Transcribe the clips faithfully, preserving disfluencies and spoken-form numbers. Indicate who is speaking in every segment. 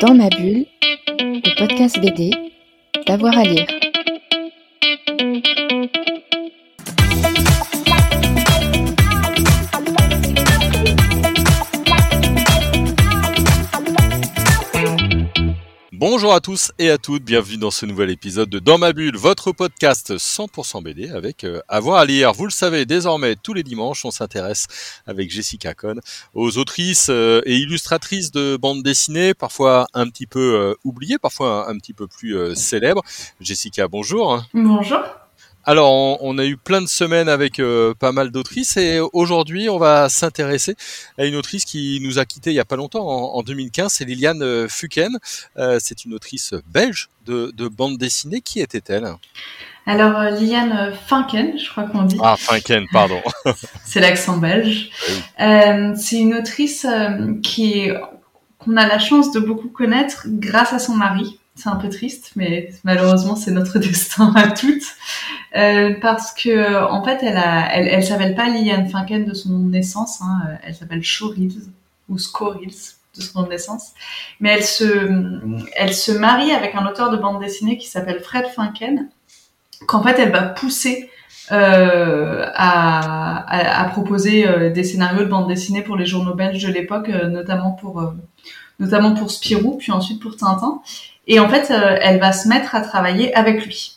Speaker 1: Dans ma bulle, le podcast B D, d'avoir à lire.
Speaker 2: Bonjour à tous et à toutes, bienvenue dans ce nouvel épisode de Dans ma bulle, votre podcast cent pour cent B D avec euh, avoir à lire. Vous le savez, désormais, tous les dimanches, on s'intéresse avec Jessica Cohn aux autrices euh, et illustratrices de bande dessinée, parfois un petit peu euh, oubliées, parfois un, un petit peu plus euh, célèbres. Jessica, bonjour.
Speaker 3: Bonjour.
Speaker 2: Alors, on, on a eu plein de semaines avec euh, pas mal d'autrices et aujourd'hui, on va s'intéresser à une autrice qui nous a quittés il y a pas longtemps, en, en deux mille quinze, c'est Liliane euh, Fuken. Euh, c'est une autrice belge de, de bande dessinée. Qui était-elle ?
Speaker 3: Alors, euh, Liliane Finken, je crois qu'on dit.
Speaker 2: Ah, Finken, pardon.
Speaker 3: C'est l'accent belge.
Speaker 2: Oui.
Speaker 3: Euh, c'est une autrice euh, qui est, qu'on a la chance de beaucoup connaître grâce à son mari. C'est un peu triste, mais malheureusement, c'est notre destin à toutes. Euh, parce que en fait, elle a, elle, elle s'appelle pas Liliane Finken de son nom de naissance, hein, elle s'appelle Shorils ou Scorils de son nom de naissance, mais elle se, elle se marie avec un auteur de bande dessinée qui s'appelle Fred Finken, qu'en fait, elle va pousser euh, à, à, à proposer euh, des scénarios de bande dessinée pour les journaux belges de l'époque, euh, notamment pour, euh, notamment pour Spirou, puis ensuite pour Tintin, et en fait, euh, elle va se mettre à travailler avec lui.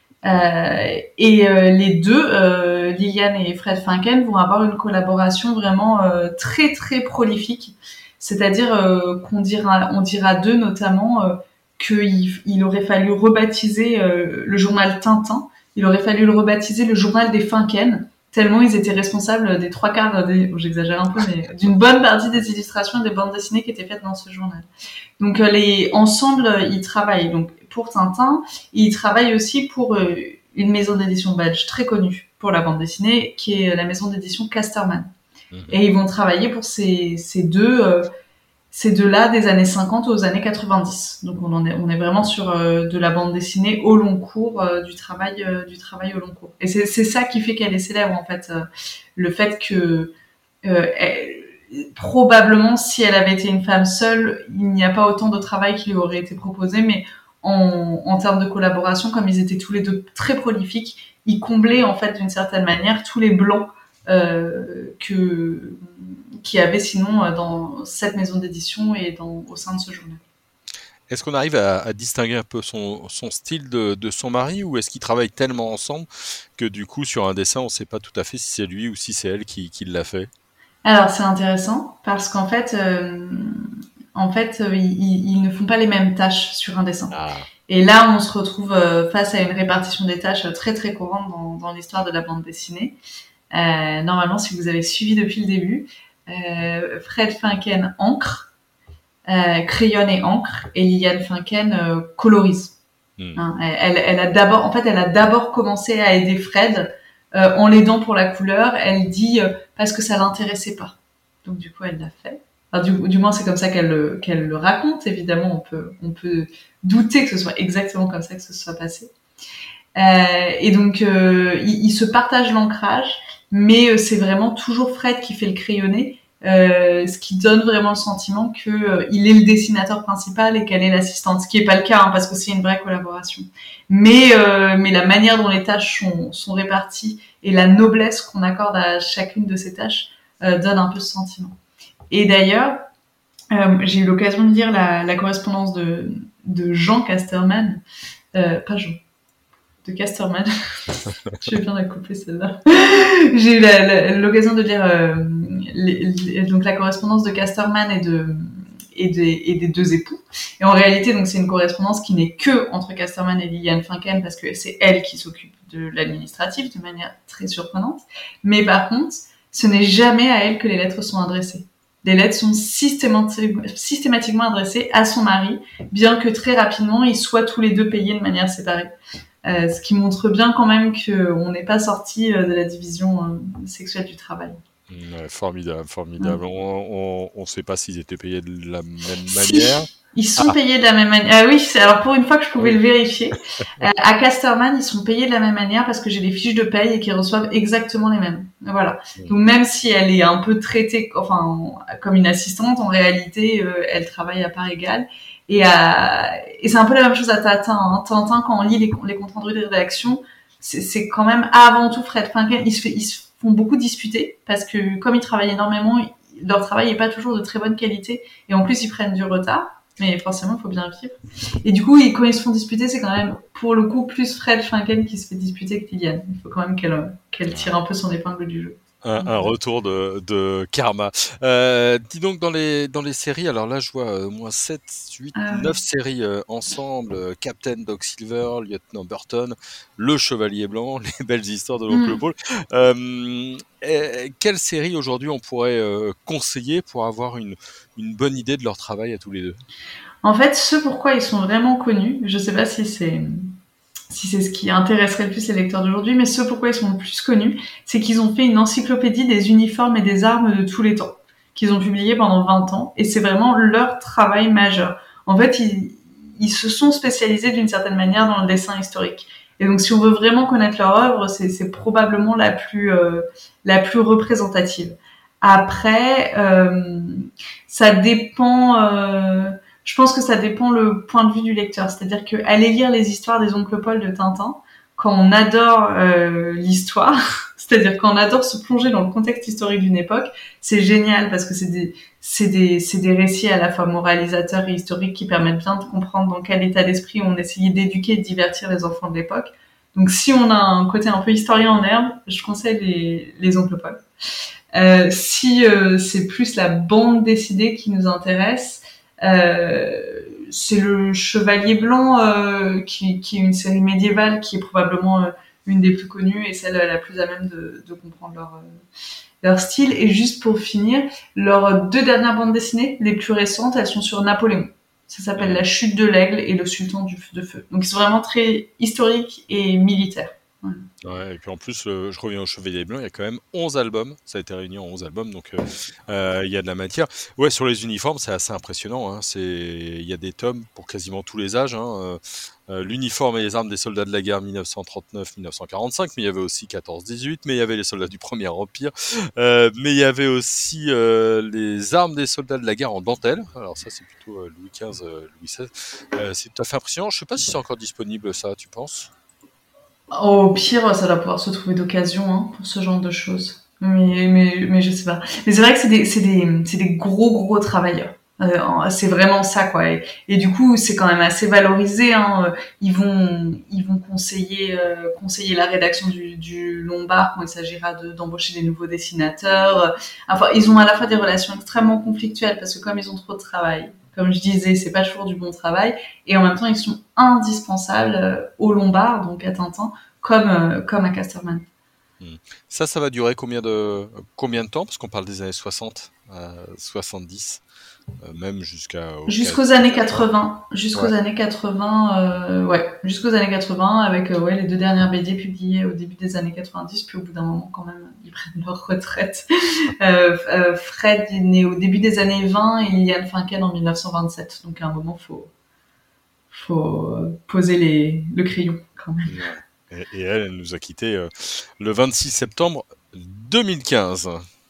Speaker 3: Euh, et euh, les deux, euh, Liliane et Fred Finken, vont avoir une collaboration vraiment euh, très très prolifique. C'est-à-dire euh, qu'on dira, on dira d'eux notamment euh, qu'il il aurait fallu rebaptiser euh, le journal Tintin. Il aurait fallu le rebaptiser le journal des Finken, tellement ils étaient responsables des trois quarts, des, oh, j'exagère un peu, mais d'une bonne partie des illustrations et des bandes dessinées qui étaient faites dans ce journal. Donc euh, les ensemble, ils travaillent donc pour Tintin, et ils travaillent aussi pour euh, une maison d'édition belge très connue pour la bande dessinée, qui est la maison d'édition Casterman. Mmh. Et ils vont travailler pour ces, ces deux, euh, ces deux-là des années cinquante aux années quatre-vingt-dix. Donc on en est, on est vraiment sur euh, de la bande dessinée au long cours, euh, du travail, euh, du travail au long cours. Et c'est, c'est ça qui fait qu'elle est célèbre en fait, euh, le fait que euh, elle, probablement, si elle avait été une femme seule, il n'y a pas autant de travail qui lui aurait été proposé, mais en, en termes de collaboration, comme ils étaient tous les deux très prolifiques, ils comblaient en fait d'une certaine manière tous les blancs euh, que qu'il y avait sinon dans cette maison d'édition et dans, au sein de ce journal.
Speaker 2: Est-ce qu'on arrive à, à distinguer un peu son, son style de, de son mari, ou est-ce qu'ils travaillent tellement ensemble que du coup sur un dessin on ne sait pas tout à fait si c'est lui ou si c'est elle qui, qui l'a fait ?
Speaker 3: Alors c'est intéressant parce qu'en fait, euh, en fait, euh, ils, ils ne font pas les mêmes tâches sur un dessin. Ah. Et là, on se retrouve euh, face à une répartition des tâches très très courante dans, dans l'histoire de la bande dessinée. Euh, normalement, si vous avez suivi depuis le début, euh, Fred Finken encre, euh, crayonne et encre, et Liliane Finken euh, colorise. Hmm. Hein, elle, elle a d'abord, en fait, elle a d'abord commencé à aider Fred. Euh, en l'aidant pour la couleur, elle dit euh, parce que ça l'intéressait pas. Donc du coup, elle l'a fait. Enfin, du, du moins, c'est comme ça qu'elle, qu'elle le raconte. Évidemment, on peut, on peut douter que ce soit exactement comme ça que ce soit passé. Euh, et donc, euh, ils, ils se partagent l'ancrage, mais euh, c'est vraiment toujours Fred qui fait le crayonné, euh, ce qui donne vraiment le sentiment que euh, il est le dessinateur principal et qu'elle est l'assistante, ce qui est pas le cas, hein, parce que c'est une vraie collaboration. Mais euh, mais la manière dont les tâches sont, sont réparties et la noblesse qu'on accorde à chacune de ces tâches euh, donne un peu ce sentiment. Et d'ailleurs, euh, j'ai eu l'occasion de lire la, la correspondance de de Jean Casterman, euh, pas Jean, de Casterman. Je vais bien la couper celle-là. J'ai eu la, la, l'occasion de lire euh, les, les, donc la correspondance de Casterman et de et des, et des deux époux. Et en réalité, donc c'est une correspondance qui n'est que entre Casterman et Liliane Finken parce que c'est elle qui s'occupe de l'administratif de manière très surprenante. Mais par contre, ce n'est jamais à elle que les lettres sont adressées. Les lettres sont systématiquement, systématiquement adressées à son mari, bien que très rapidement, ils soient tous les deux payés de manière séparée. Euh, ce qui montre bien quand même qu'on n'est pas sorti de la division euh, sexuelle du travail.
Speaker 2: Ouais, formidable, formidable. Ouais. On ne sait pas s'ils étaient payés de la même si, manière.
Speaker 3: Ils sont ah. payés de la même manière. Ah oui, c'est, alors pour une fois que je pouvais oui. le vérifier, euh, à Casterman, ils sont payés de la même manière parce que j'ai les fiches de paye et qu'ils reçoivent exactement les mêmes. Voilà. Oui. Donc même si elle est un peu traitée, enfin, comme une assistante, en réalité, euh, elle travaille à part égale. Et, à, et c'est un peu la même chose à Tintin. Hein. Tintin, quand on lit les, les comptes rendus de rédaction, c'est, c'est quand même avant tout Fred Finkel. Ils se, fait, ils se font beaucoup disputer parce que comme ils travaillent énormément, leur travail n'est pas toujours de très bonne qualité et en plus ils prennent du retard. Mais forcément, il faut bien vivre. Et du coup, quand ils se font disputer, c'est quand même, pour le coup, plus Fred Finkel qui se fait disputer que Liliane. Il faut quand même qu'elle, qu'elle tire un peu son épingle du jeu.
Speaker 2: Un, un retour de, de karma. Euh, dis donc, dans les, dans les séries, alors là, je vois euh, au moins sept, huit,
Speaker 3: Ah,
Speaker 2: neuf
Speaker 3: oui.
Speaker 2: séries euh, ensemble. euh, Captain Doc Silver, Lieutenant Burton, Le Chevalier Blanc, Les Belles Histoires de l'Oncle
Speaker 3: Mm.
Speaker 2: Paul. Euh, euh, quelle série aujourd'hui on pourrait euh, conseiller pour avoir une, une bonne idée de leur travail à tous les deux?
Speaker 3: En fait, ce pourquoi ils sont vraiment connus, je sais pas si c'est, si c'est ce qui intéresserait le plus les lecteurs d'aujourd'hui, mais ce pourquoi ils sont le plus connus, c'est qu'ils ont fait une encyclopédie des uniformes et des armes de tous les temps, qu'ils ont publié pendant vingt ans, et c'est vraiment leur travail majeur. En fait, ils, ils se sont spécialisés d'une certaine manière dans le dessin historique. Et donc, si on veut vraiment connaître leur œuvre, c'est, c'est probablement la plus, euh, la plus représentative. Après, euh, ça dépend... Euh, je pense que ça dépend le point de vue du lecteur. C'est-à-dire que aller lire les histoires des oncles Paul de Tintin, quand on adore euh, l'histoire, c'est-à-dire quand on adore se plonger dans le contexte historique d'une époque, c'est génial parce que c'est des, c'est des, c'est des récits à la fois moralisateurs et historiques qui permettent bien de comprendre dans quel état d'esprit on essayait d'éduquer et de divertir les enfants de l'époque. Donc si on a un côté un peu historien en herbe, je conseille les, les oncles Paul. Euh, si euh, c'est plus la bande dessinée qui nous intéresse, Euh, c'est le Chevalier Blanc euh, qui, qui est une série médiévale qui est probablement euh, une des plus connues et celle la plus à même de, de comprendre leur, euh, leur style. Et juste pour finir, leurs deux dernières bandes dessinées, les plus récentes, elles sont sur Napoléon. Ça s'appelle La Chute de l'Aigle et Le Sultan du de Feu. Donc ils sont vraiment très historiques et militaires. Voilà.
Speaker 2: Ouais, et puis en plus, le, je reviens au Chevalier Blanc, il y a quand même onze albums, ça a été réuni en onze albums, donc euh, euh, il y a de la matière. Ouais, sur les uniformes, c'est assez impressionnant, hein, c'est, il y a des tomes pour quasiment tous les âges, hein, euh, euh, l'uniforme et les armes des soldats de la guerre dix-neuf cent trente-neuf dix-neuf cent quarante-cinq, mais il y avait aussi quatorze dix-huit, mais il y avait les soldats du Premier Empire, euh, mais il y avait aussi euh, les armes des soldats de la guerre en dentelle, alors ça c'est plutôt euh, Louis quinze, euh, Louis seize, euh, c'est tout à fait impressionnant, je sais pas si c'est encore disponible ça, tu penses?
Speaker 3: Au pire, ça doit pouvoir se trouver d'occasion hein, pour ce genre de choses. Mais, mais, mais je sais pas. Mais c'est vrai que c'est des, c'est des, c'est des gros, gros travailleurs. Euh, c'est vraiment ça, quoi. Et, et du coup, c'est quand même assez valorisé. Hein. Ils vont, ils vont conseiller, euh, conseiller la rédaction du, du Lombard quand il s'agira de, d'embaucher des nouveaux dessinateurs. Enfin, ils ont à la fois des relations extrêmement conflictuelles parce que comme ils ont trop de travail, comme je disais, c'est pas toujours du bon travail. Et en même temps, ils sont indispensables euh, au Lombard, donc à Tintin, comme, euh, comme à Casterman.
Speaker 2: Hmm. Ça, ça va durer combien de, combien de temps? Parce qu'on parle des années soixante, euh, soixante-dix, euh, même jusqu'à...
Speaker 3: Jusqu'aux années quatre-vingts. Jusqu'aux
Speaker 2: Ouais.
Speaker 3: années quatre-vingts, euh, ouais. Jusqu'aux années quatre-vingts, avec euh, ouais, les deux dernières B D publiées au début des années quatre-vingt-dix, puis au bout d'un moment, quand même, ils prennent leur retraite. Euh, euh, Fred est né au début des années vingt et Liliane Finkel en dix-neuf cent vingt-sept. Donc à un moment, faut, faut poser les, le crayon, quand même.
Speaker 2: Ouais. Et, et elle, elle nous a quittés euh, le vingt-six septembre deux mille quinze.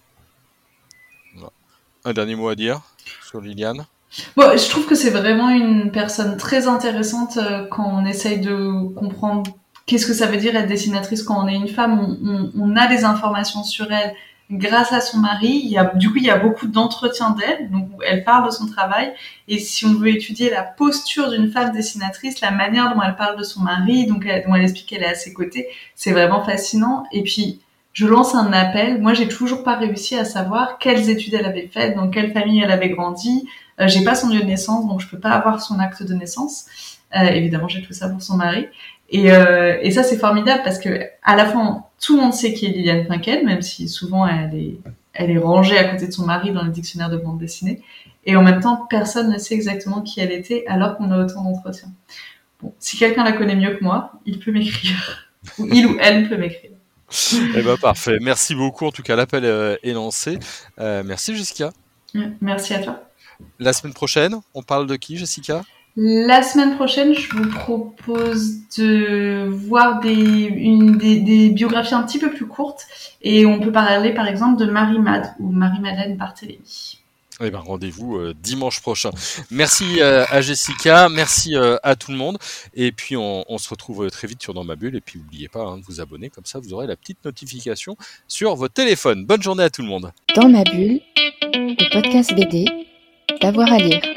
Speaker 2: Voilà. Un dernier mot à dire sur Liliane?
Speaker 3: Bon, je trouve que c'est vraiment une personne très intéressante euh, quand on essaye de comprendre qu'est-ce que ça veut dire être dessinatrice quand on est une femme. On, on, on a des informations sur elle grâce à son mari. Il y a, du coup, il y a beaucoup d'entretiens d'elle, donc elle parle de son travail. Et si on veut étudier la posture d'une femme dessinatrice, la manière dont elle parle de son mari, donc elle, dont elle explique qu'elle est à ses côtés, c'est vraiment fascinant. Et puis, je lance un appel. Moi, j'ai toujours pas réussi à savoir quelles études elle avait faites, dans quelle famille elle avait grandi. Euh, j'ai pas son lieu de naissance, donc je peux pas avoir son acte de naissance. Euh, évidemment, j'ai tout ça pour son mari. Et, euh, et ça, c'est formidable parce que à la fois, tout le monde sait qui est Liliane Finkel, même si souvent elle est, elle est rangée à côté de son mari dans le dictionnaire de bande dessinée. Et en même temps, personne ne sait exactement qui elle était alors qu'on a autant d'entretiens. Bon, si quelqu'un la connaît mieux que moi, il peut m'écrire. Ou il ou elle peut m'écrire.
Speaker 2: Eh ben parfait. Merci beaucoup. En tout cas, l'appel euh, est lancé. Euh, merci Jessica.
Speaker 3: Merci à toi.
Speaker 2: La semaine prochaine, on parle de qui, Jessica?
Speaker 3: La semaine prochaine, je vous propose de voir des, une, des, des biographies un petit peu plus courtes et on peut parler par exemple de Marie-Mad ou Marie-Madeleine Barthélémy.
Speaker 2: Eh ben, rendez-vous euh, dimanche prochain. Merci euh, à Jessica, merci euh, à tout le monde. Et puis, on, on se retrouve très vite sur Dans ma bulle. Et puis, n'oubliez pas hein, de vous abonner. Comme ça, vous aurez la petite notification sur votre téléphone. Bonne journée à tout le monde.
Speaker 1: Dans ma bulle, le podcast B D, d'avoir à lire.